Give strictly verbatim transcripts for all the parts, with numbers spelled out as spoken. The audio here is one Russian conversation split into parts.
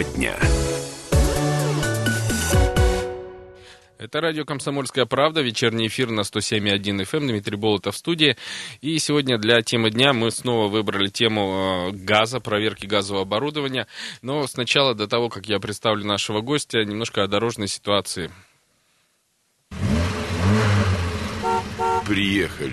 дня. Это радио «Комсомольская правда», вечерний эфир на сто семь и один эф эм, Дмитрий Болотов в студии. И сегодня для темы дня мы снова выбрали тему газа, проверки газового оборудования. Но сначала, до того, как я представлю нашего гостя, немножко о дорожной ситуации. Приехали.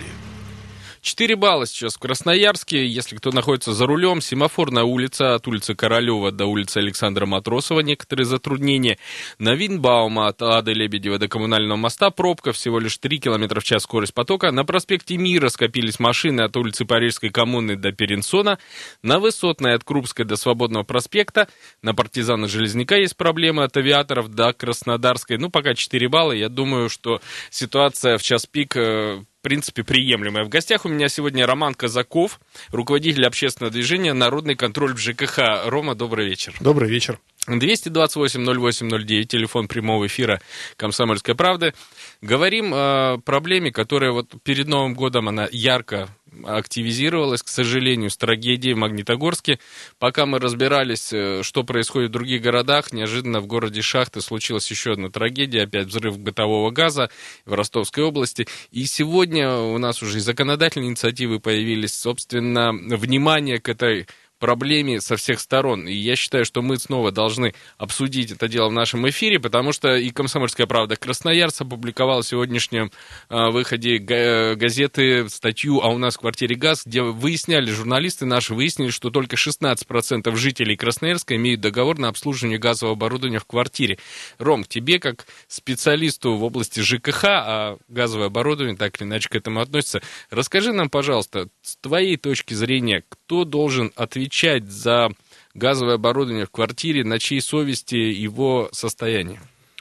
четыре балла сейчас в Красноярске. Если кто находится за рулем, семафорная улица от улицы Королева до улицы Александра Матросова. Некоторые затруднения. На Винбаума от Ады Лебедева до Коммунального моста пробка. Всего лишь три километра в час скорость потока. На проспекте Мира скопились машины от улицы Парижской коммуны до Перенсона. На Высотной от Крупской до Свободного проспекта. На Партизана Железняка есть проблемы от Авиаторов до Краснодарской. Ну, пока четыре балла. Я думаю, что ситуация в час пик в принципе, приемлемая. В гостях у меня сегодня Роман Казаков, руководитель общественного движения «Народный контроль в ЖКХ». Рома, добрый вечер. Добрый вечер. двести двадцать восемь ноль восемь ноль девять, телефон прямого эфира «Комсомольской правды». Говорим о проблеме, которая вот перед Новым годом, она ярко активизировалась, к сожалению, с трагедией в Магнитогорске. Пока мы разбирались, что происходит в других городах, неожиданно в городе Шахты случилась еще одна трагедия, опять взрыв бытового газа в Ростовской области. И сегодня у нас уже и законодательные инициативы появились, собственно, внимание к этой проблеме со всех сторон. И я считаю, что мы снова должны обсудить это дело в нашем эфире, потому что и «Комсомольская правда» Красноярск опубликовала в сегодняшнем э, выходе га- газеты статью «А у нас в квартире газ», где выясняли, журналисты наши выяснили, что только шестнадцать процентов жителей Красноярска имеют договор на обслуживание газового оборудования в квартире. Ром, тебе, как специалисту в области ЖКХ, а газовое оборудование так или иначе к этому относится, расскажи нам, пожалуйста, с твоей точки зрения, кто должен отвечать отвечать за газовое оборудование в квартире, на чьей совести его состояние?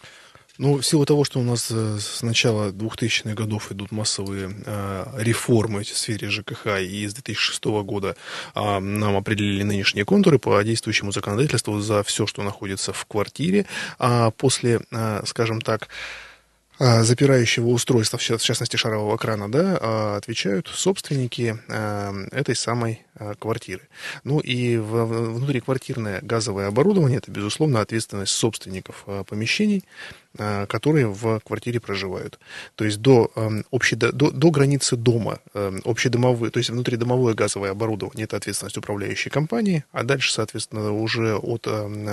Ну, в силу того, что у нас с начала двухтысячных годов идут массовые э, реформы в сфере ЖКХ, и с две тысячи шестого года э, нам определили нынешние контуры по действующему законодательству за все, что находится в квартире, а после, э, скажем так, запирающего устройства, в частности шарового крана, да, отвечают собственники этой самой квартиры. Ну и внутриквартирное газовое оборудование — это, безусловно, ответственность собственников помещений, которые в квартире проживают. То есть до, общей, до, до границы дома общедомовые, то есть внутридомовое газовое оборудование — это ответственность управляющей компании, а дальше, соответственно, уже от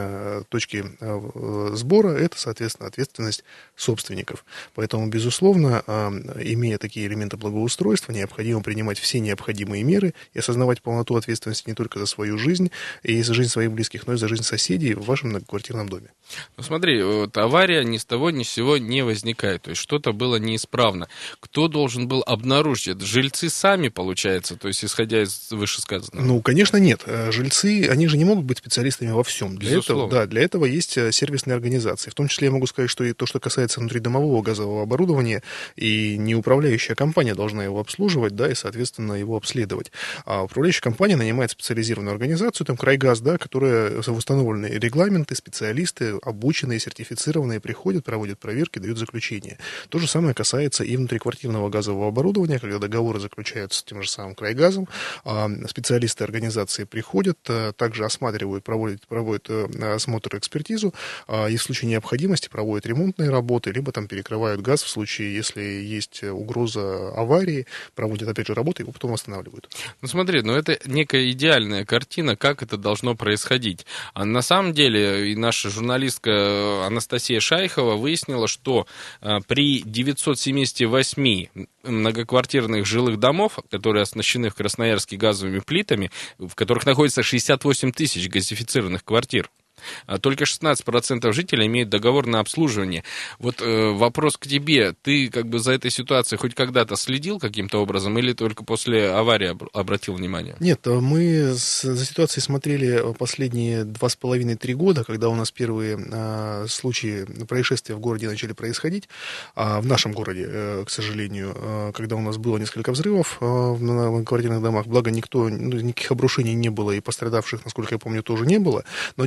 точки сбора это, соответственно, ответственность собственников. Поэтому, безусловно, имея такие элементы благоустройства, необходимо принимать все необходимые меры и осознавать полноту ответственности не только за свою жизнь и за жизнь своих близких, но и за жизнь соседей в вашем многоквартирном доме. Ну смотри, вот авария ни с того ни с сего не возникает, то есть что-то было неисправно. Кто должен был обнаружить это? Жильцы сами, получается, то есть исходя из вышесказанного? Ну, конечно, нет. Жильцы, они же не могут быть специалистами во всем. Для этого, да, для этого есть сервисные организации. В том числе я могу сказать, что и то, что касается внутридомового газового оборудования, и не управляющая компания должна его обслуживать, да, и, соответственно, его обследовать. А управляющая компания нанимает специализированную организацию, там Крайгаз, да, которая установленные регламенты, специалисты, обученные, сертифицированные, приходят, проводят проверки, дают заключение. То же самое касается и внутриквартирного газового оборудования, когда договоры заключаются с тем же самым Крайгазом, специалисты организации приходят, также осматривают, проводят, проводят осмотр и экспертизу, и в случае необходимости проводят ремонтные работы, либо там перекрывают газ в случае, если есть угроза аварии, проводят опять же работы, его потом восстанавливают. Ну смотри, ну это некая идеальная картина, как это должно происходить. А на самом деле и наша журналистка Анастасия Шайхова выяснила, что при девятьсот семьдесят восемь многоквартирных жилых домов, которые оснащены в Красноярске газовыми плитами, в которых находится шестьдесят восемь тысяч газифицированных квартир, только шестнадцать процентов жителей имеют договор на обслуживание. Вот э, вопрос к тебе. Ты как бы за этой ситуацией хоть когда-то следил каким-то образом или только после аварии об, обратил внимание? Нет, мы с, за ситуацией смотрели последние два с половиной-три года, когда у нас первые э, случаи происшествия в городе начали происходить. А в нашем городе, э, к сожалению, э, когда у нас было несколько взрывов э, в многоквартирных домах, благо никто, ну, никаких обрушений не было и пострадавших, насколько я помню, тоже не было. Но, тем не менее,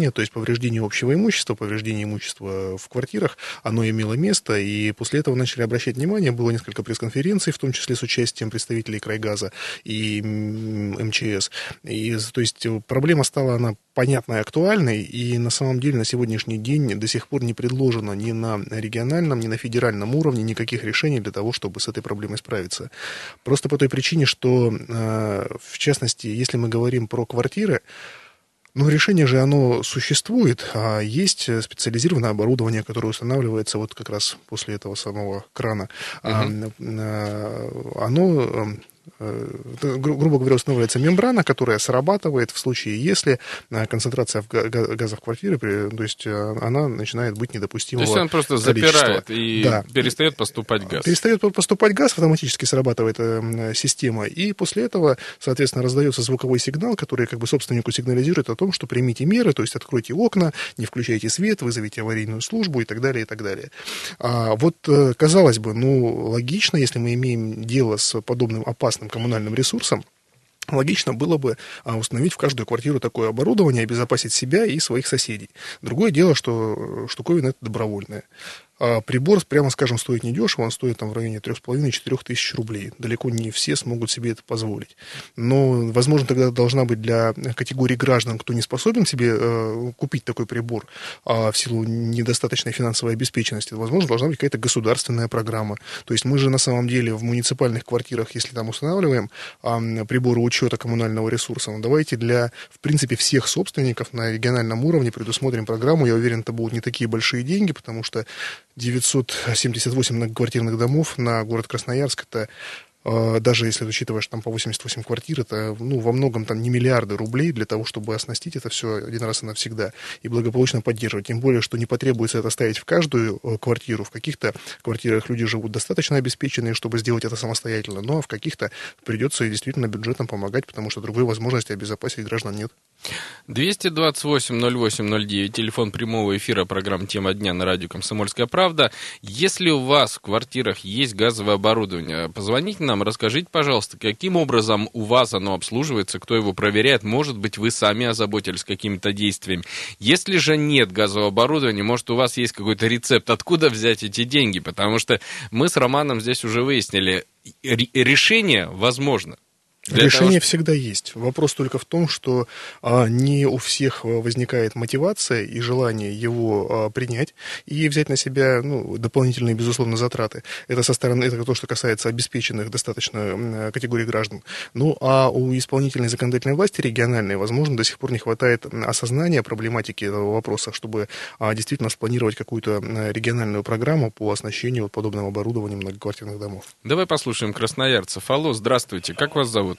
повреждения, то есть повреждение общего имущества, повреждение имущества в квартирах, оно имело место, и после этого начали обращать внимание, было несколько пресс-конференций, в том числе с участием представителей Крайгаза и эм че эс. И, то есть проблема стала, она понятной и актуальной, и на самом деле на сегодняшний день до сих пор не предложено ни на региональном, ни на федеральном уровне никаких решений для того, чтобы с этой проблемой справиться. Просто по той причине, что, в частности, если мы говорим про квартиры, ну, решение же, оно существует, а есть специализированное оборудование, которое устанавливается вот как раз после этого самого крана. Uh-huh. Оно... гру- грубо говоря, устанавливается мембрана, которая срабатывает в случае, если концентрация газа в квартире, то есть она начинает быть недопустимого количества. То есть он просто запирает и да. перестает поступать газ. Перестает поступать газ, автоматически срабатывает система, и после этого, соответственно, раздается звуковой сигнал, который как бы собственнику сигнализирует о том, что примите меры, то есть откройте окна, не включайте свет, вызовите аварийную службу и так далее, и так далее. А вот, казалось бы, ну, логично, если мы имеем дело с подобным опасным коммунальным ресурсом, логично было бы установить в каждую квартиру такое оборудование, обезопасить себя и своих соседей. Другое дело, что штуковина это добровольная. А прибор, прямо скажем, стоит недешево, он стоит там в районе три с половиной - четыре тысяч рублей. Далеко не все смогут себе это позволить. Но, возможно, тогда должна быть для категории граждан, кто не способен себе э, купить такой прибор, а в силу недостаточной финансовой обеспеченности, возможно, должна быть какая-то государственная программа. То есть мы же на самом деле в муниципальных квартирах, если там устанавливаем э, приборы учета коммунального ресурса, ну, давайте для, в принципе, всех собственников на региональном уровне предусмотрим программу. Я уверен, это будут не такие большие деньги, потому что девятьсот семьдесят восемь многоквартирных домов на город Красноярск, это даже если учитываешь там по восемьдесят восемь квартир, это ну, во многом там не миллиарды рублей для того, чтобы оснастить это все один раз и навсегда и благополучно поддерживать. Тем более, что не потребуется это ставить в каждую квартиру. В каких-то квартирах люди живут достаточно обеспеченные, чтобы сделать это самостоятельно, но в каких-то придется действительно бюджетом помогать, потому что другой возможности обезопасить граждан нет. двести двадцать восемь ноль восемь ноль девять, телефон прямого эфира, программа «Тема дня» на радио «Комсомольская правда». Если у вас в квартирах есть газовое оборудование, позвоните нам, расскажите, пожалуйста, каким образом у вас оно обслуживается, кто его проверяет, может быть, вы сами озаботились какими-то действиями. Если же нет газового оборудования, может, у вас есть какой-то рецепт, откуда взять эти деньги, потому что мы с Романом здесь уже выяснили, решение возможно. Для Решение того, всегда есть. Вопрос только в том, что а, не у всех возникает мотивация и желание его а, принять и взять на себя ну, дополнительные, безусловно, затраты. Это со стороны, это то, что касается обеспеченных достаточно категорий граждан. Ну, а у исполнительной законодательной власти региональной, возможно, до сих пор не хватает осознания проблематики этого вопроса, чтобы а, действительно спланировать какую-то региональную программу по оснащению подобным оборудованием многоквартирных домов. Давай послушаем красноярцев. Алло, здравствуйте. Как вас зовут?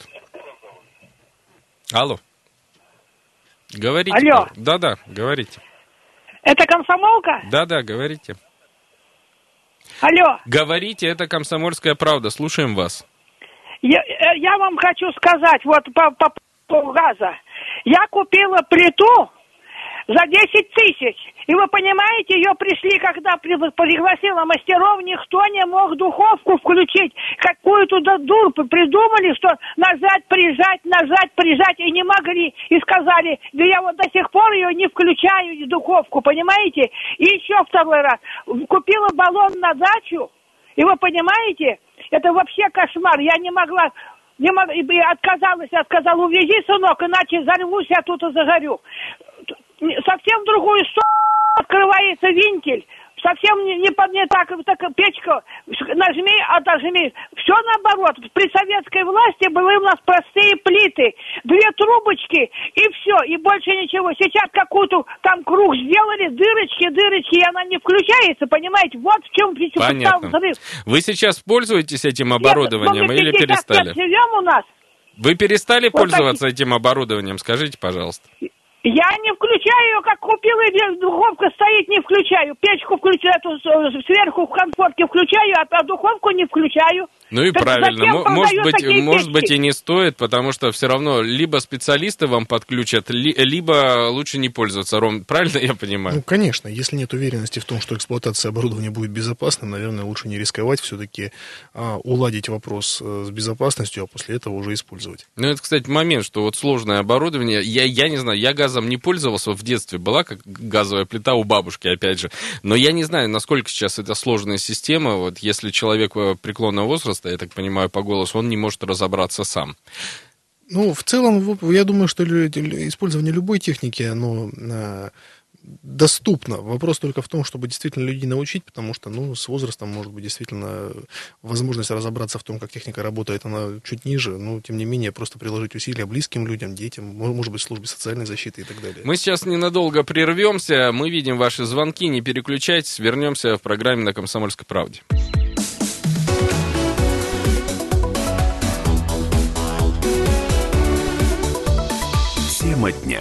Алло. Говорите. Алло. Да-да, говорите. Это комсомолка? Да-да, говорите. Алло. Говорите, это «Комсомольская правда». Слушаем вас. Я, я вам хочу сказать, вот по, по поводу газа. Я купила плиту за десять тысяч. И вы понимаете, ее пришли, когда пригласила мастеров, никто не мог духовку включить. Какую-то дурь придумали, что нажать, прижать, нажать, прижать, и не могли. И сказали, да я вот до сих пор ее не включаю, духовку, понимаете? И еще второй раз. Купила баллон на дачу, и вы понимаете, это вообще кошмар. Я не могла... Не мог, и отказалась, отказала, увези, сынок, иначе взорвусь, я тут и загорю. Совсем в другую сторону открывается винтель. Совсем не, не, не так, так, печка, нажми, отожми. Все наоборот. При советской власти были у нас простые плиты. Две трубочки, и все, и больше ничего. Сейчас какую-то там круг сделали, дырочки, дырочки, и она не включается, понимаете? Вот в чем Понятно. Взрыв. Вы сейчас пользуетесь этим оборудованием Нет, или перестали? Лет живем у нас. Вы перестали вот пользоваться такие... этим оборудованием? Скажите, пожалуйста. Я не включаю ее, как купила, духовка стоит, не включаю. Печку включаю, эту сверху в комфорке включаю, а духовку не включаю. Ну и Так правильно. зачем М- Может продают быть, такие может быть печки? и не стоит, потому что все равно либо специалисты вам подключат, ли- либо лучше не пользоваться, Ром. Правильно я понимаю? Ну, конечно, если нет уверенности в том, что эксплуатация оборудования будет безопасным, наверное, лучше не рисковать, все-таки а, уладить вопрос а, с безопасностью, а после этого уже использовать. Ну, это, кстати, момент, что вот сложное оборудование, я, я не знаю, я газом не пользовался в детстве, была как газовая плита у бабушки, опять же, но я не знаю, насколько сейчас это сложная система, вот если человек преклонного возраста, я так понимаю, по голосу, он не может разобраться сам. Ну, в целом, я думаю, что использование любой техники, оно а, доступно. Вопрос только в том, чтобы действительно людей научить, потому что, ну, с возрастом, может быть, действительно возможность разобраться в том, как техника работает, она чуть ниже, но, тем не менее, просто приложить усилия близким людям, детям, может быть, службе социальной защиты и так далее. Мы сейчас ненадолго прервемся, мы видим ваши звонки, не переключайтесь, вернемся в программе «На Комсомольской правде». Тема дня.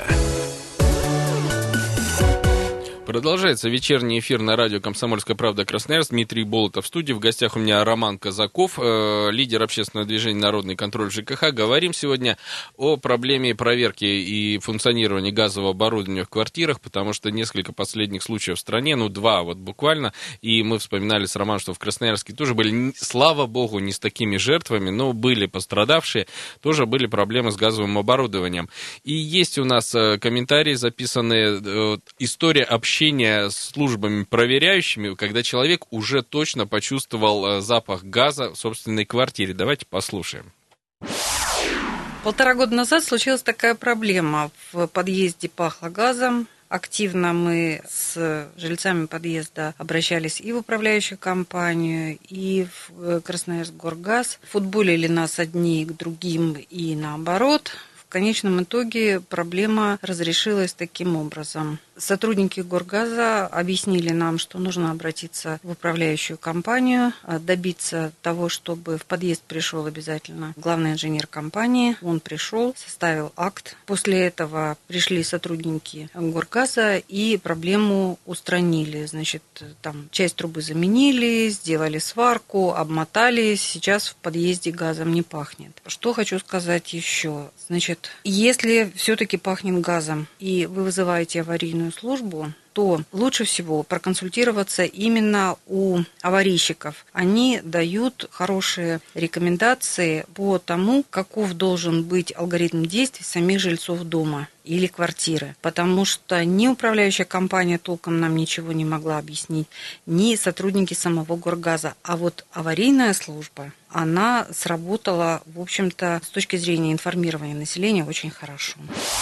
Продолжается вечерний эфир на радио «Комсомольская правда» Красноярск. Дмитрий Болотов в студии. В гостях у меня Роман Казаков, э, лидер общественного движения «Народный контроль ЖКХ». Говорим сегодня о проблеме проверки и функционирования газового оборудования в квартирах, потому что несколько последних случаев в стране, ну, два вот буквально, и мы вспоминали с Романом, что в Красноярске тоже были, слава богу, не с такими жертвами, но были пострадавшие, тоже были проблемы с газовым оборудованием. И есть у нас э, комментарии, записанные, э, история общения с службами проверяющими, когда человек уже точно почувствовал запах газа в собственной квартире. Давайте послушаем. Полтора года назад случилась такая проблема. В подъезде пахло газом. Активно мы с жильцами подъезда обращались и в управляющую компанию, и в Красноярскгоргаз. Футболили нас одни к другим и наоборот. В конечном итоге проблема разрешилась таким образом. Сотрудники Горгаза объяснили нам, что нужно обратиться в управляющую компанию, добиться того, чтобы в подъезд пришел обязательно главный инженер компании. Он пришел, составил акт. После этого пришли сотрудники Горгаза и проблему устранили. Значит, там часть трубы заменили, сделали сварку, обмотали. Сейчас в подъезде газом не пахнет. Что хочу сказать еще. Значит, если все-таки пахнет газом и вы вызываете аварийную службу, то лучше всего проконсультироваться именно у аварийщиков. Они дают хорошие рекомендации по тому, каков должен быть алгоритм действий самих жильцов дома или квартиры. Потому что ни управляющая компания толком нам ничего не могла объяснить, ни сотрудники самого Горгаза. А вот аварийная служба, она сработала, в общем-то, с точки зрения информирования населения очень хорошо.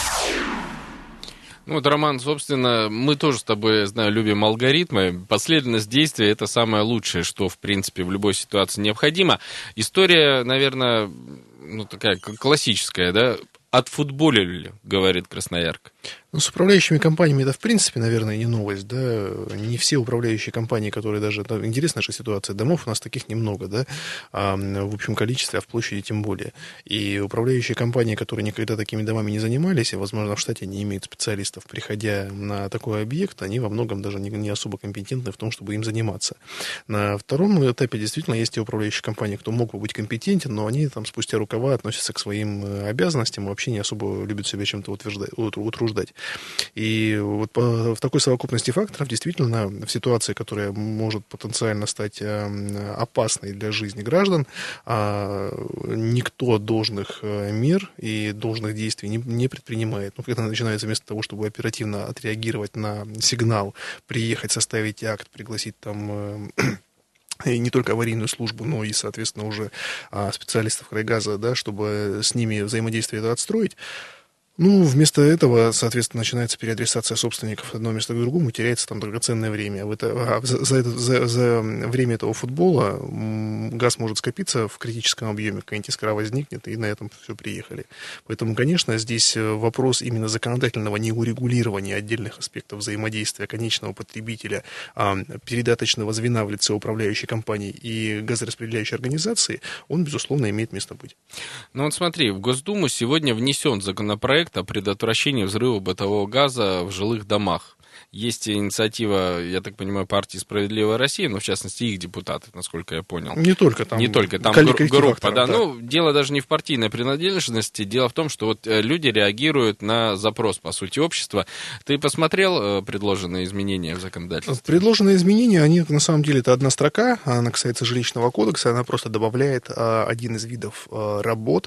Ну вот, Роман, собственно, мы тоже с тобой, я знаю, любим алгоритмы. Последовательность действия – это самое лучшее, что, в принципе, в любой ситуации необходимо. История, наверное, ну, такая классическая, да? Отфутболили, говорит Красноярка. Ну, с управляющими компаниями это, в принципе, наверное, не новость, да, не все управляющие компании, которые даже, да, интересна наша ситуация, домов у нас таких немного, да, а в общем количестве, а в площади тем более. И управляющие компании, которые никогда такими домами не занимались, и, возможно, в штате не имеют специалистов, приходя на такой объект, они во многом даже не, не особо компетентны в том, чтобы им заниматься. На втором этапе действительно есть те управляющие компании, кто мог бы быть компетентен, но они там спустя рукава относятся к своим обязанностям и вообще не особо любят себя чем-то утверждать, утруждать. И вот по, в такой совокупности факторов действительно в ситуации, которая может потенциально стать опасной для жизни граждан, никто должных мер и должных действий не, не предпринимает. Ну, когда начинается вместо того, чтобы оперативно отреагировать на сигнал, приехать, составить акт, пригласить там и не только аварийную службу, но и, соответственно, уже специалистов крайгаза, да, чтобы с ними взаимодействие это отстроить. Ну, вместо этого, соответственно, начинается переадресация собственников от одного места к другому, теряется там драгоценное время. А за, за, это, за, за время этого футбола газ может скопиться в критическом объеме, какая-нибудь искра возникнет, и на этом все приехали. Поэтому, конечно, здесь вопрос именно законодательного неурегулирования отдельных аспектов взаимодействия конечного потребителя, передаточного звена в лице управляющей компании и газораспределяющей организации, он, безусловно, имеет место быть. Ну вот смотри, в Госдуму сегодня внесен законопроект о предотвращении взрыва бытового газа в жилых домах. есть инициатива, я так понимаю, партии «Справедливая Россия», но в частности их депутатов, насколько я понял. Не только там. Не только там коллектив группа, акторов, да. да. Ну, дело даже не в партийной принадлежности, дело в том, что вот люди реагируют на запрос, по сути, общества. Ты посмотрел предложенные изменения в законодательстве? Предложенные изменения, они на самом деле это одна строка, она касается жилищного кодекса, она просто добавляет а, один из видов а, работ,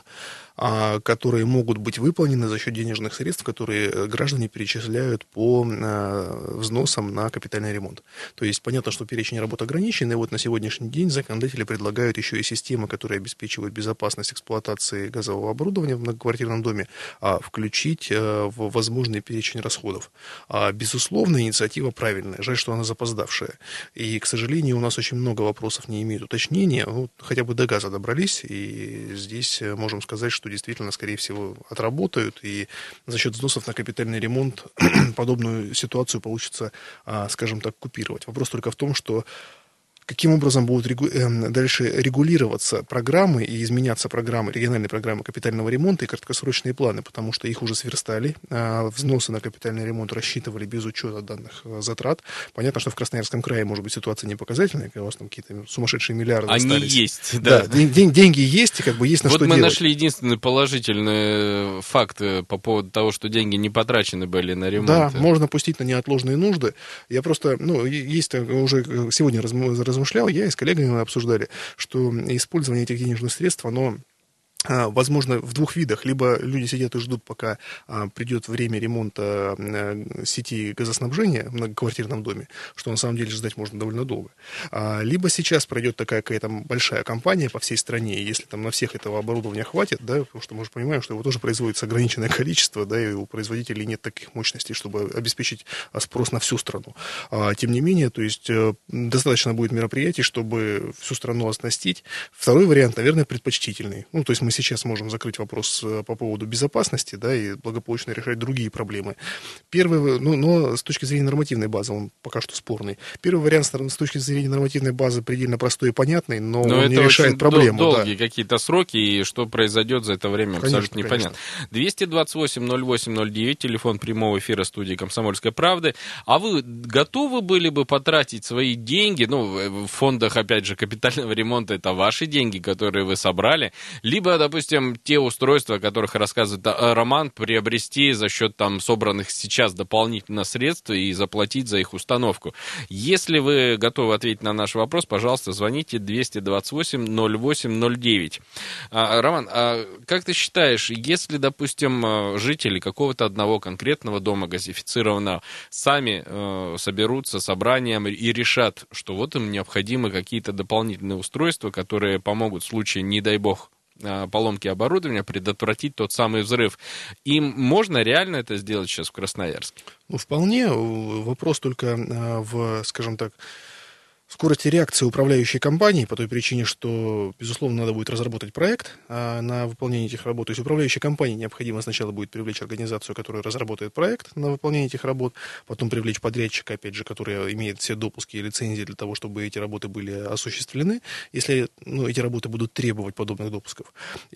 а, которые могут быть выполнены за счет денежных средств, которые граждане перечисляют по а, взносам на капитальный ремонт. То есть понятно, что перечень работ ограничен, и вот на сегодняшний день законодатели предлагают еще и системы, которые обеспечивают безопасность эксплуатации газового оборудования в многоквартирном доме, а, включить а, в возможный перечень расходов. А, безусловно, инициатива правильная. Жаль, что она запоздавшая. И, к сожалению, у нас очень много вопросов не имеют уточнения. Ну, хотя бы до газа добрались, и здесь можем сказать, что действительно, скорее всего, отработают, и за счет взносов на капитальный ремонт подобную ситуацию получится, скажем так, купировать. Вопрос только в том, что каким образом будут регу... дальше регулироваться программы и изменяться программы, региональные программы капитального ремонта и краткосрочные планы, потому что их уже сверстали, а взносы на капитальный ремонт рассчитывали без учета данных затрат. Понятно, что в Красноярском крае может быть ситуация не показательная, когда у вас там какие-то сумасшедшие миллиарды Они остались. есть, да. Да, день, деньги есть, и как бы есть на вот что мы делать. нашли единственный положительный факт по поводу того, что деньги не потрачены были на ремонт. Да, можно пустить на неотложные нужды. Я просто, ну, есть уже сегодня размышлял, я и с коллегами мы обсуждали, что использование этих денежных средств, оно возможно в двух видах. Либо люди сидят и ждут, пока а, придет время ремонта а, сети газоснабжения в многоквартирном доме, что на самом деле ждать можно довольно долго. А, либо сейчас пройдет такая какая-то большая кампания по всей стране, и если там на всех этого оборудования хватит, да, потому что мы же понимаем, что его тоже производится ограниченное количество, да, и у производителей нет таких мощностей, чтобы обеспечить спрос на всю страну. А, тем не менее, то есть достаточно будет мероприятий, чтобы всю страну оснастить. Второй вариант, наверное, предпочтительный. Ну, то есть мы сейчас можем закрыть вопрос по поводу безопасности, да, и благополучно решать другие проблемы. Первый, ну, но с точки зрения нормативной базы он пока что спорный. Первый вариант с точки зрения нормативной базы предельно простой и понятный, но, но он не решает проблему. Дол- долгие да. какие-то сроки, и что произойдет за это время, конечно, абсолютно непонятно. двести двадцать восемь ноль восемь ноль девять, телефон прямого эфира студии «Комсомольской правды». А вы готовы были бы потратить свои деньги, ну, в фондах, опять же, капитального ремонта, это ваши деньги, которые вы собрали, либо, допустим, те устройства, о которых рассказывает Роман, приобрести за счет там собранных сейчас дополнительно средств и заплатить за их установку. Если вы готовы ответить на наш вопрос, пожалуйста, звоните двести двадцать восемь ноль восемь ноль девять. А, Роман, а как ты считаешь, если, допустим, жители какого-то одного конкретного дома газифицированного сами э, соберутся собранием и решат, что вот им необходимы какие-то дополнительные устройства, которые помогут в случае, не дай бог, поломки оборудования, предотвратить тот самый взрыв. Им можно реально это сделать сейчас в Красноярске? Ну, вполне. Вопрос только в, скажем так, скорости реакции управляющей компании, по той причине, что, безусловно, надо будет разработать проект а, на выполнение этих работ. То есть управляющей компании необходимо сначала будет привлечь организацию, которая разработает проект на выполнение этих работ, потом привлечь подрядчика, опять же, который имеет все допуски и лицензии для того, чтобы эти работы были осуществлены, если ну, эти работы будут требовать подобных допусков.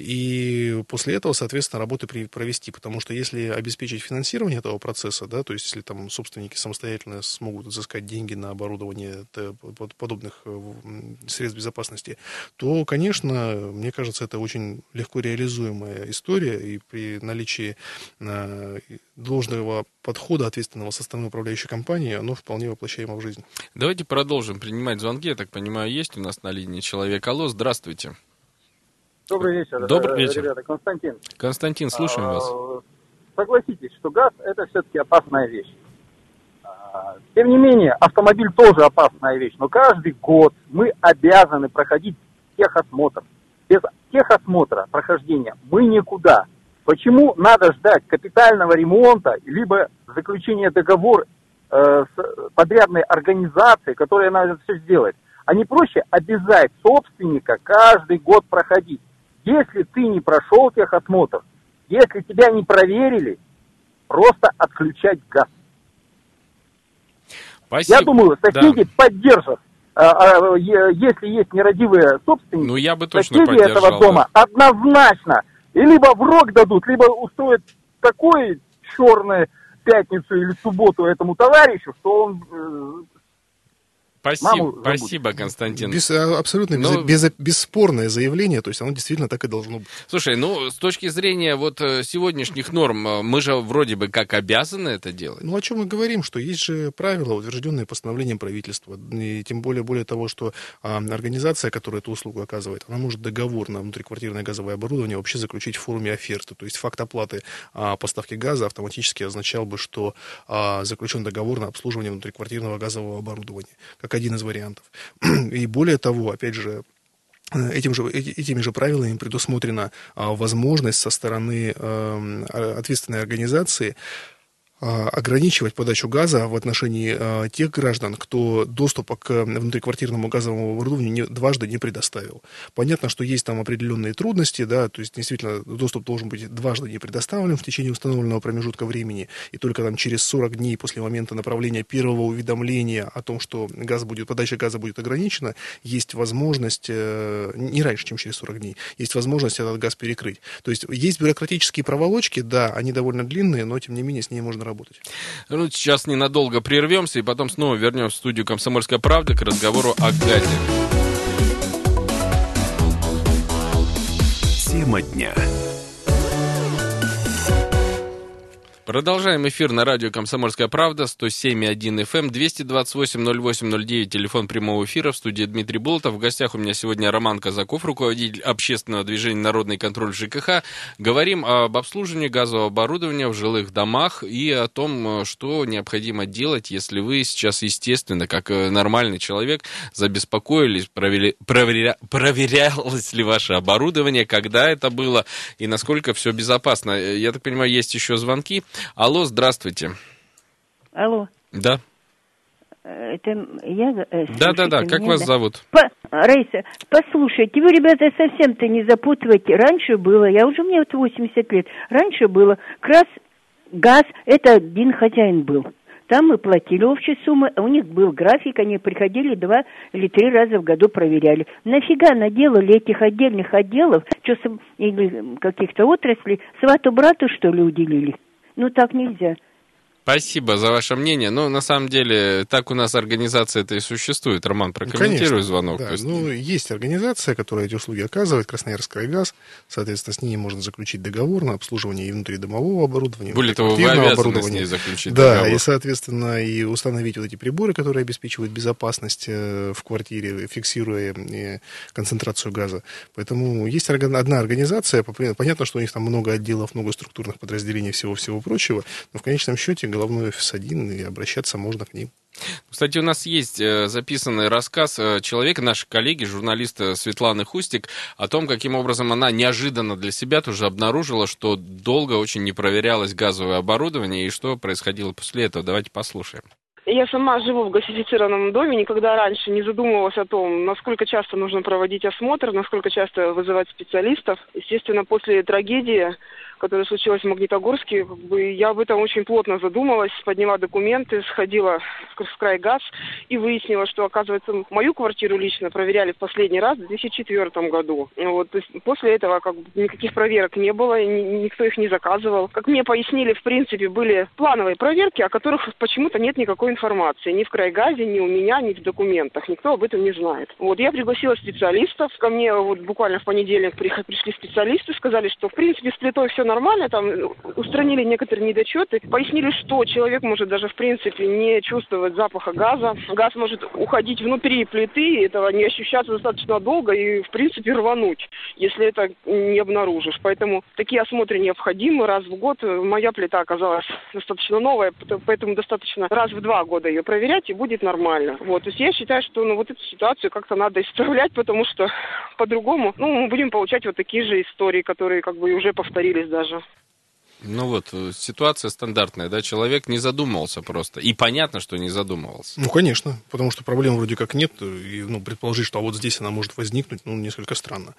И после этого, соответственно, работы провести, потому что если обеспечить финансирование этого процесса, да, то есть если там собственники самостоятельно смогут изыскать деньги на оборудование подобных средств безопасности, то, конечно, мне кажется, это очень легко реализуемая история, и при наличии должного подхода, ответственного со стороны управляющей компании, оно вполне воплощаемо в жизнь. Давайте продолжим принимать звонки. Я так понимаю, есть у нас на линии человек. Алло, здравствуйте. Добрый вечер. Добрый вечер. Ребята, Константин. Константин, слушаем а, вас. Согласитесь, что газ – это все-таки опасная вещь. Тем не менее, автомобиль тоже опасная вещь, но каждый год мы обязаны проходить техосмотр. Без техосмотра, прохождения мы никуда. Почему надо ждать капитального ремонта, либо заключения договора э, с подрядной организацией, которая надо все сделать? А не проще обязать собственника каждый год проходить. Если ты не прошел техосмотр, если тебя не проверили, просто отключать газ. Спасибо. Я думаю, соседи да. поддержат. А, а, если есть нерадивые собственники, ну, я бы точно соседи поддержал, этого дома да. однозначно и либо в рог дадут, либо устроят такой черный пятницу или в субботу этому товарищу, что он... Э, Спасибо, спасибо, Константин. Без, абсолютно Но... без, без, бесспорное заявление, то есть оно действительно так и должно быть. Слушай, ну, с точки зрения вот сегодняшних норм, мы же вроде бы как обязаны это делать. Ну, о чем мы говорим, что есть же правила, утвержденные постановлением правительства, и тем более, более того, что а, организация, которая эту услугу оказывает, она может договор на внутриквартирное газовое оборудование вообще заключить в форме оферты, то есть факт оплаты а, поставки газа автоматически означал бы, что а, заключен договор на обслуживание внутриквартирного газового оборудования, как один из вариантов. И более того, опять же, Этим же, этими же правилами предусмотрена а, возможность со стороны а, ответственной организации ограничивать подачу газа в отношении э, тех граждан, кто доступа к внутриквартирному газовому оборудованию не, дважды не предоставил. Понятно, что есть там определенные трудности, да, то есть действительно доступ должен быть дважды не предоставлен в течение установленного промежутка времени, и только там через сорок дней после момента направления первого уведомления о том, что газ будет, подача газа будет ограничена, есть возможность, э, не раньше, чем через сорок дней, есть возможность этот газ перекрыть. То есть есть бюрократические проволочки, да, они довольно длинные, но тем не менее с ними можно работать. Ну, сейчас ненадолго прервемся и потом снова вернемся в студию «Комсомольская правда» к разговору о газе. Тема дня. Продолжаем эфир на радио «Комсомольская правда», сто семь и один эф эм, двести двадцать восемь ноль восемь ноль девять, телефон прямого эфира, в студии Дмитрий Болотов. В гостях у меня сегодня Роман Казаков, руководитель общественного движения «Народный контроль ЖКХ». Говорим об обслуживании газового оборудования в жилых домах и о том, что необходимо делать, если вы сейчас, естественно, как нормальный человек, забеспокоились, проверя... Проверя... проверялось ли ваше оборудование, когда это было и насколько все безопасно. Я так понимаю, есть еще звонки. Алло, здравствуйте. Алло. Да. Это я? Да-да-да, как вас да? зовут? По... Раиса, послушайте, вы, ребята, совсем-то не запутывайте. Раньше было, я уже, мне вот восемьдесят лет, раньше было, крас, газ, это один хозяин был. Там мы платили общие суммы, у них был график, они приходили два или три раза в году проверяли. Нафига наделали этих отдельных отделов, что, или каких-то отраслей, свату-брату, что ли, уделили? Ну, так нельзя. Спасибо за ваше мнение. Но на самом деле так у нас организация это и существует. Роман, прокомментируй ну, звонок. Да, есть... Ну, есть организация, которая эти услуги оказывает, Красноярская газ. Соответственно, с ней можно заключить договор на обслуживание и внутридомового оборудования. Более того, вы обязаны с ней заключить да, договор. Да, и, соответственно, и установить вот эти приборы, которые обеспечивают безопасность в квартире, фиксируя концентрацию газа. Поэтому есть одна организация, понятно, что у них там много отделов, много структурных подразделений, всего-всего прочего, но в конечном счете головной офис один, и обращаться можно к ним. Кстати, у нас есть записанный рассказ человека, нашей коллеги, журналиста Светланы Хустик, о том, каким образом она неожиданно для себя тоже обнаружила, что долго очень не проверялось газовое оборудование, и что происходило после этого. Давайте послушаем. Я сама живу в газифицированном доме, никогда раньше не задумывалась о том, насколько часто нужно проводить осмотр, насколько часто вызывать специалистов. Естественно, после трагедии, которая случилась в Магнитогорске, как бы я об этом очень плотно задумалась, подняла документы, сходила в Крайгаз и выяснила, что, оказывается, мою квартиру лично проверяли в последний раз в две тысячи четвёртом году. Вот, то есть после этого как бы никаких проверок не было, ни, никто их не заказывал. Как мне пояснили, в принципе, были плановые проверки, о которых почему-то нет никакой информации. Ни в Крайгазе, ни у меня, ни в документах. Никто об этом не знает. Вот, я пригласила специалистов. Ко мне вот буквально в понедельник пришли специалисты, сказали, что, в принципе, с плитой все нормально, там устранили некоторые недочеты, пояснили, что человек может даже в принципе не чувствовать запаха газа, газ может уходить внутри плиты, этого не ощущаться достаточно долго и в принципе рвануть, если это не обнаружишь. Поэтому такие осмотры необходимы раз в год. Моя плита оказалась достаточно новая, поэтому достаточно раз в два года ее проверять, и будет нормально. Вот, то есть я считаю, что ну, вот эту ситуацию как-то надо исправлять, потому что по-другому ну, мы будем получать вот такие же истории, которые как бы уже повторились даже. Даже. Ну вот, ситуация стандартная, да, человек не задумывался просто. И понятно, что не задумывался. Ну, конечно, потому что проблем вроде как нет, и, ну, предположить, что а вот здесь она может возникнуть, ну, несколько странно.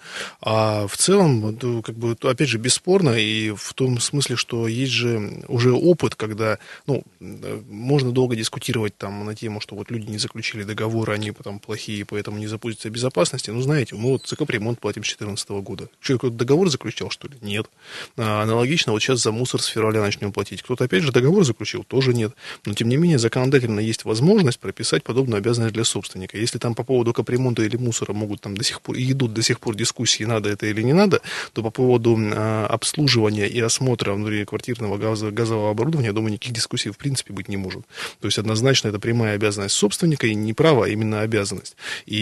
А в целом, как бы, опять же, бесспорно, и в том смысле, что есть же уже опыт, когда, ну, можно долго дискутировать там на тему, что вот люди не заключили договор, они потом плохие, поэтому не запустятся безопасности. Ну, знаете, мы вот за капремонт платим с две тысячи четырнадцатого года. Что, какой-то договор заключал, что ли? Нет. А, аналогично, вот сейчас за за мусор с февраля начнем платить. Кто-то, опять же, договор заключил, тоже нет. Но, тем не менее, законодательно есть возможность прописать подобную обязанность для собственника. Если там по поводу капремонта или мусора могут там до сих пор, и идут до сих пор дискуссии, надо это или не надо, то по поводу а, обслуживания и осмотра внутриквартирного газового, газового оборудования, я думаю, никаких дискуссий в принципе быть не может. То есть, однозначно, это прямая обязанность собственника, и не право, а именно обязанность.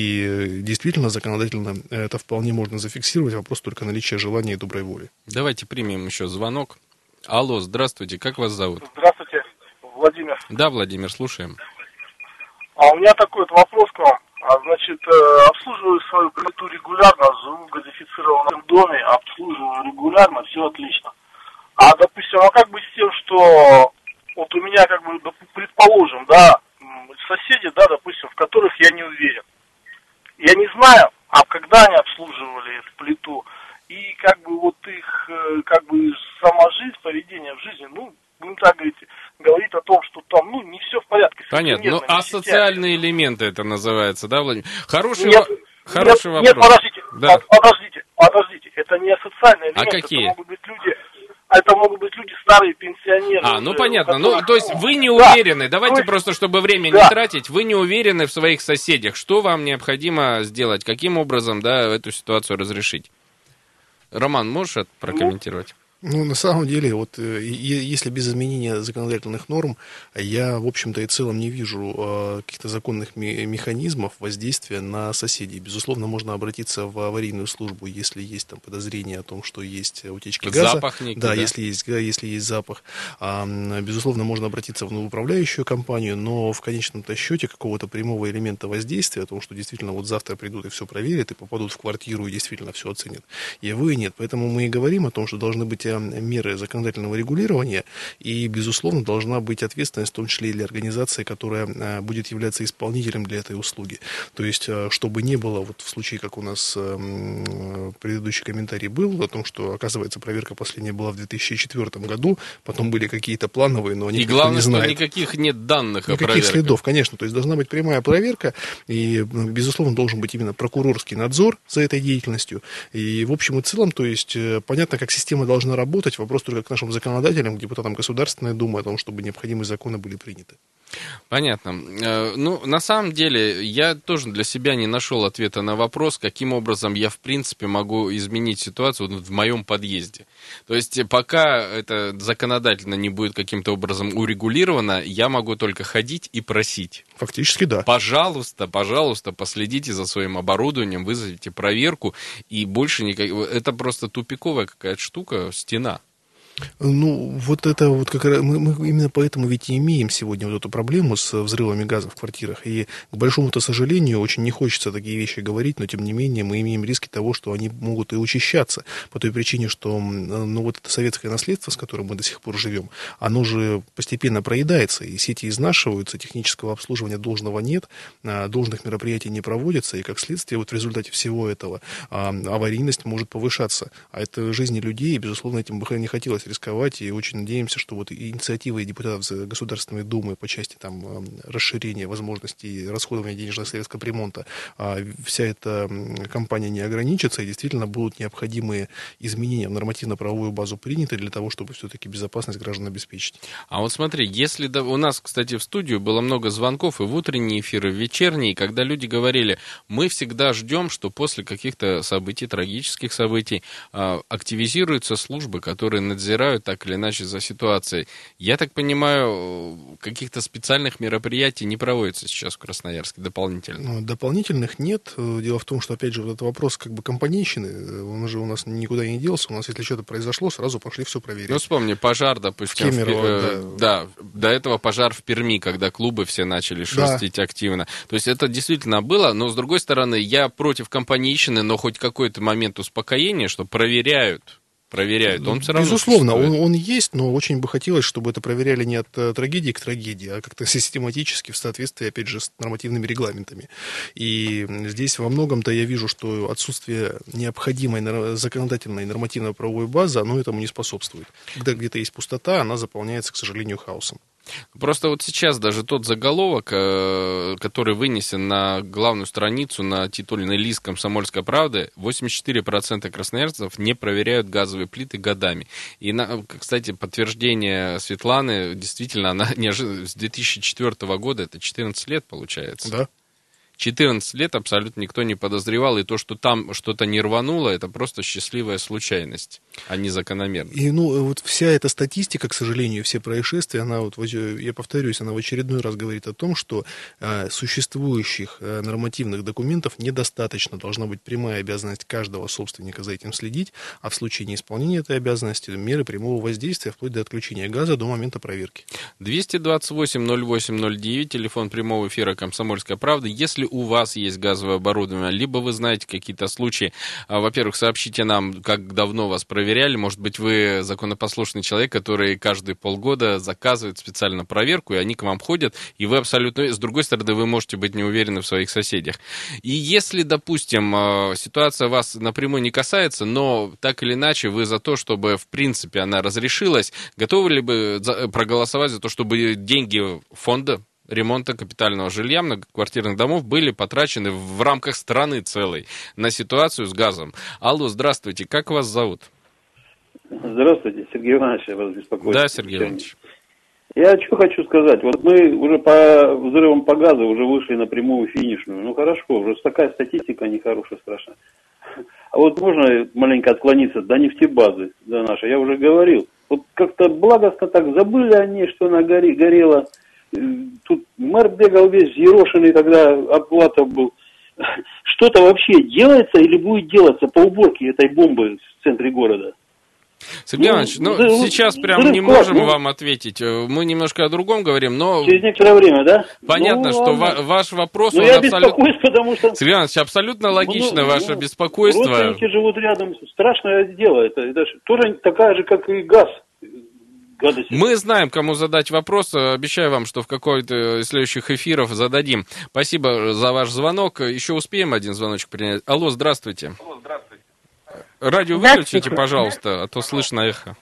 И действительно, законодательно это вполне можно зафиксировать, вопрос только наличия желания и доброй воли. Давайте примем еще звонок. Алло, здравствуйте, как вас зовут? Здравствуйте, Владимир. Да, Владимир, слушаем. А у меня такой вот вопрос к вам. А, значит, обслуживаю свою плиту регулярно, живу в газифицированном доме, обслуживаю регулярно, все отлично. А, допустим, а как быть с тем, что вот у меня, как бы, предположим, да, соседи, да, допустим, в которых я не уверен. Я не знаю, а когда они обслуживали эту плиту, и как бы вот их, как бы, сама жизнь, поведение в жизни, ну, будем так говорить, говорит о том, что там, ну, не все в порядке. Понятно, ну, а социальные элементы это называется, да, Владимир? Хороший, нет, во... Хороший нет, вопрос. Нет, подождите, да. подождите, подождите, это не социальные элементы, а какие? Это могут быть люди... Это могут быть люди старые, пенсионеры. А, ну уже, понятно. которых... Ну, то есть вы не да. уверены, давайте есть... просто, чтобы время да. не тратить, вы не уверены в своих соседях. Что вам необходимо сделать? Каким образом, да, эту ситуацию разрешить? Роман, можешь это прокомментировать? Ну, на самом деле, вот если без изменения законодательных норм, я, в общем-то, и целом не вижу э, каких-то законных ми- механизмов воздействия на соседей. Безусловно, можно обратиться в аварийную службу, если есть там подозрение о том, что есть утечки газа. Запах некий, да, да? Если есть, если есть запах. А, безусловно, можно обратиться в управляющую компанию, но в конечном-то счете какого-то прямого элемента воздействия, о том, что действительно вот завтра придут и все проверят, и попадут в квартиру, и действительно все оценят, и вы, и нет. Поэтому мы и говорим о том, что должны быть меры законодательного регулирования, и, безусловно, должна быть ответственность, в том числе и для организации, которая будет являться исполнителем для этой услуги. То есть, чтобы не было, вот в случае, как у нас предыдущий комментарий был, о том, что, оказывается, проверка последняя была в две тысячи четвёртом году, потом были какие-то плановые, но они и главное, не знает. что никаких нет данных о Никаких проверке. следов, конечно. То есть, должна быть прямая проверка, и, безусловно, должен быть именно прокурорский надзор за этой деятельностью. И, в общем и целом, то есть, понятно, как система должна работать. Вопрос только к нашим законодателям, к депутатам Государственной Думы о том, чтобы необходимые законы были приняты. Понятно. Ну, на самом деле, я тоже для себя не нашел ответа на вопрос, каким образом я, в принципе, могу изменить ситуацию в моем подъезде. То есть, пока это законодательно не будет каким-то образом урегулировано, я могу только ходить и просить. Фактически, да. Пожалуйста, пожалуйста, последите за своим оборудованием, вызовите проверку, и больше никак... Это просто тупиковая какая-то штука, стена. Ну, вот это вот как раз, мы, мы именно поэтому ведь и имеем сегодня вот эту проблему с взрывами газа в квартирах. И, к большому-то сожалению, очень не хочется такие вещи говорить, но, тем не менее, мы имеем риски того, что они могут и учащаться. По той причине, что, ну, вот это советское наследство, с которым мы до сих пор живем, оно же постепенно проедается, и сети изнашиваются, технического обслуживания должного нет, должных мероприятий не проводится, и, как следствие, вот в результате всего этого аварийность может повышаться. А это жизни людей, и, безусловно, этим бы не хотелось рисковать, и очень надеемся, что вот инициативы депутатов Государственной Думы по части там расширения возможностей расходования денежных средств капремонта, вся эта кампания не ограничится, и действительно будут необходимые изменения в нормативно-правовую базу приняты для того, чтобы все-таки безопасность граждан обеспечить. А вот смотри, если да, у нас, кстати, в студию было много звонков и в утренние эфиры, и в вечерние, когда люди говорили, мы всегда ждем, что после каких-то событий, трагических событий, активизируются службы, которые надзирают так или иначе за ситуацией. Я так понимаю, каких-то специальных мероприятий не проводится сейчас в Красноярске дополнительно? Дополнительных нет. Дело в том, что, опять же, вот этот вопрос как бы компанейщины, он же у нас никуда не делся. У нас, если что-то произошло, сразу пошли все проверить. Ну, вспомни, пожар, допустим. Кемерово, в, э, да. да. До этого пожар в Перми, когда клубы все начали шерстить да. активно. То есть это действительно было, но, с другой стороны, я против компанейщины, но хоть какой-то момент успокоения, что проверяют. Проверяют, он все равно безусловно, он, он есть, но очень бы хотелось, чтобы это проверяли не от трагедии к трагедии, а как-то систематически в соответствии, опять же, с нормативными регламентами. И здесь во многом-то я вижу, что отсутствие необходимой законодательной нормативно-правовой базы, оно этому не способствует. Когда где-то есть пустота, она заполняется, к сожалению, хаосом. Просто вот сейчас даже тот заголовок, который вынесен на главную страницу, на титульный лист «Комсомольской правды», восемьдесят четыре процента красноярцев не проверяют газовые плиты годами. И, кстати, подтверждение Светланы, действительно, она неожиданно с две тысячи четвёртого года, это четырнадцать лет получается. Да. четырнадцать лет абсолютно никто не подозревал, и то, что там что-то не рвануло, это просто счастливая случайность, а не закономерность. И, ну, вот вся эта статистика, к сожалению, все происшествия, она, вот, я повторюсь, она в очередной раз говорит о том, что э, существующих э, нормативных документов недостаточно, должна быть прямая обязанность каждого собственника за этим следить, а в случае неисполнения этой обязанности меры прямого воздействия вплоть до отключения газа до момента проверки. двести двадцать восемь ноль восемь ноль девять, телефон прямого эфира «Комсомольская правда». Если у вас есть газовое оборудование, либо вы знаете какие-то случаи, во-первых, сообщите нам, как давно вас проверяли. Может быть, вы законопослушный человек, который каждые полгода заказывает специально проверку, и они к вам ходят, и вы абсолютно... С другой стороны, вы можете быть не уверены в своих соседях. И если, допустим, ситуация вас напрямую не касается, но так или иначе вы за то, чтобы, в принципе, она разрешилась, готовы ли бы проголосовать за то, чтобы деньги фонда ремонта капитального жилья, многоквартирных домов были потрачены в рамках страны целой на ситуацию с газом? Алло, здравствуйте, как вас зовут? Здравствуйте, Сергей Иванович, я вас беспокою. Да, Сергей Иванович. Я что хочу сказать, вот мы уже по взрывам по газу уже вышли на прямую финишную. Ну хорошо, уже такая статистика нехорошая, страшная. А вот можно маленько отклониться до нефтебазы, до нашей, я уже говорил. Вот как-то благостно так забыли о ней, что она гори, горела. Тут мэр бегал весь взъерошенный, когда Аблатов был. Что-то вообще делается или будет делаться по уборке этой бомбы в центре города? Сергей ну, Иванович, ну, да, сейчас прям да, не можем ну, вам ответить. Мы немножко о другом говорим, но... Через некоторое время, да? Понятно, ну, что ва- ваш вопрос... Ну, он я абсолютно... беспокоюсь, потому что... Сергей Иванович, абсолютно логично ну, ваше ну, беспокойство. Родственники живут рядом. Страшное дело. Это, это тоже такая же, как и газ. Гадость. Мы знаем, кому задать вопрос. Обещаю вам, что в какой-то из следующих эфиров зададим. Спасибо за ваш звонок. Еще успеем один звоночек принять. Алло, здравствуйте. Алло, здравствуйте. Радио выключите, пожалуйста, а то слышно эхо.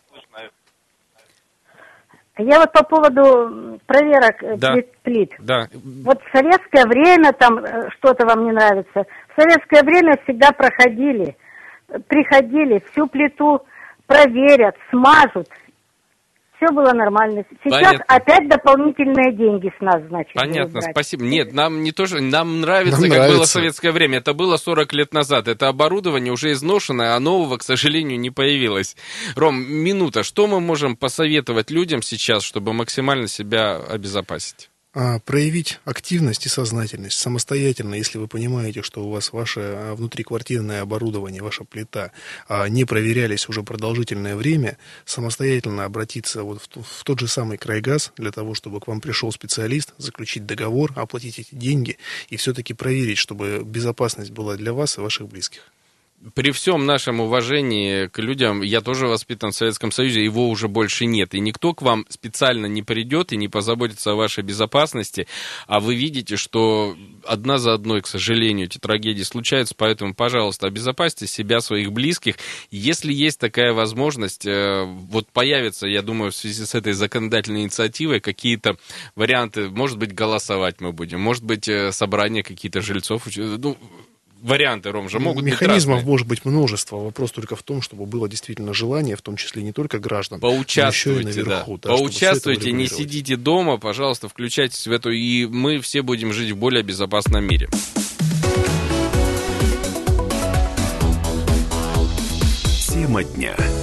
Я вот по поводу проверок да. плит. Да. Вот в советское время там что-то вам не нравится. В советское время всегда проходили, приходили, всю плиту проверят, смажут. Все было нормально. Сейчас Понятно. Опять дополнительные деньги с нас, значит. Понятно, спасибо. Нет, нам не тоже, нам нравится, нам как нравится. Было в советское время. Это было сорок лет назад. Это оборудование уже изношенное, а нового, к сожалению, не появилось. Ром, минута. Что мы можем посоветовать людям сейчас, чтобы максимально себя обезопасить? Проявить активность и сознательность самостоятельно, если вы понимаете, что у вас ваше внутриквартирное оборудование, ваша плита не проверялись уже продолжительное время, самостоятельно обратиться вот в тот же самый Крайгаз для того, чтобы к вам пришел специалист, заключить договор, оплатить эти деньги и все-таки проверить, чтобы безопасность была для вас и ваших близких. При всем нашем уважении к людям, я тоже воспитан в Советском Союзе, его уже больше нет. И никто к вам специально не придет и не позаботится о вашей безопасности. А вы видите, что одна за одной, к сожалению, эти трагедии случаются. Поэтому, пожалуйста, обезопасьте себя, своих близких. Если есть такая возможность, вот появятся, я думаю, в связи с этой законодательной инициативой какие-то варианты. Может быть, голосовать мы будем, может быть, собрания какие-то жильцов. Ну, варианты, Ром, же могут Механизмов быть разные. Может быть множество. Вопрос только в том, чтобы было действительно желание, в том числе не только граждан, Поучаствуйте, но еще и наверху. Да. Да, Поучаствуйте, не сидите дома, пожалуйста, включайтесь в эту, и мы все будем жить в более безопасном мире. Тема дня.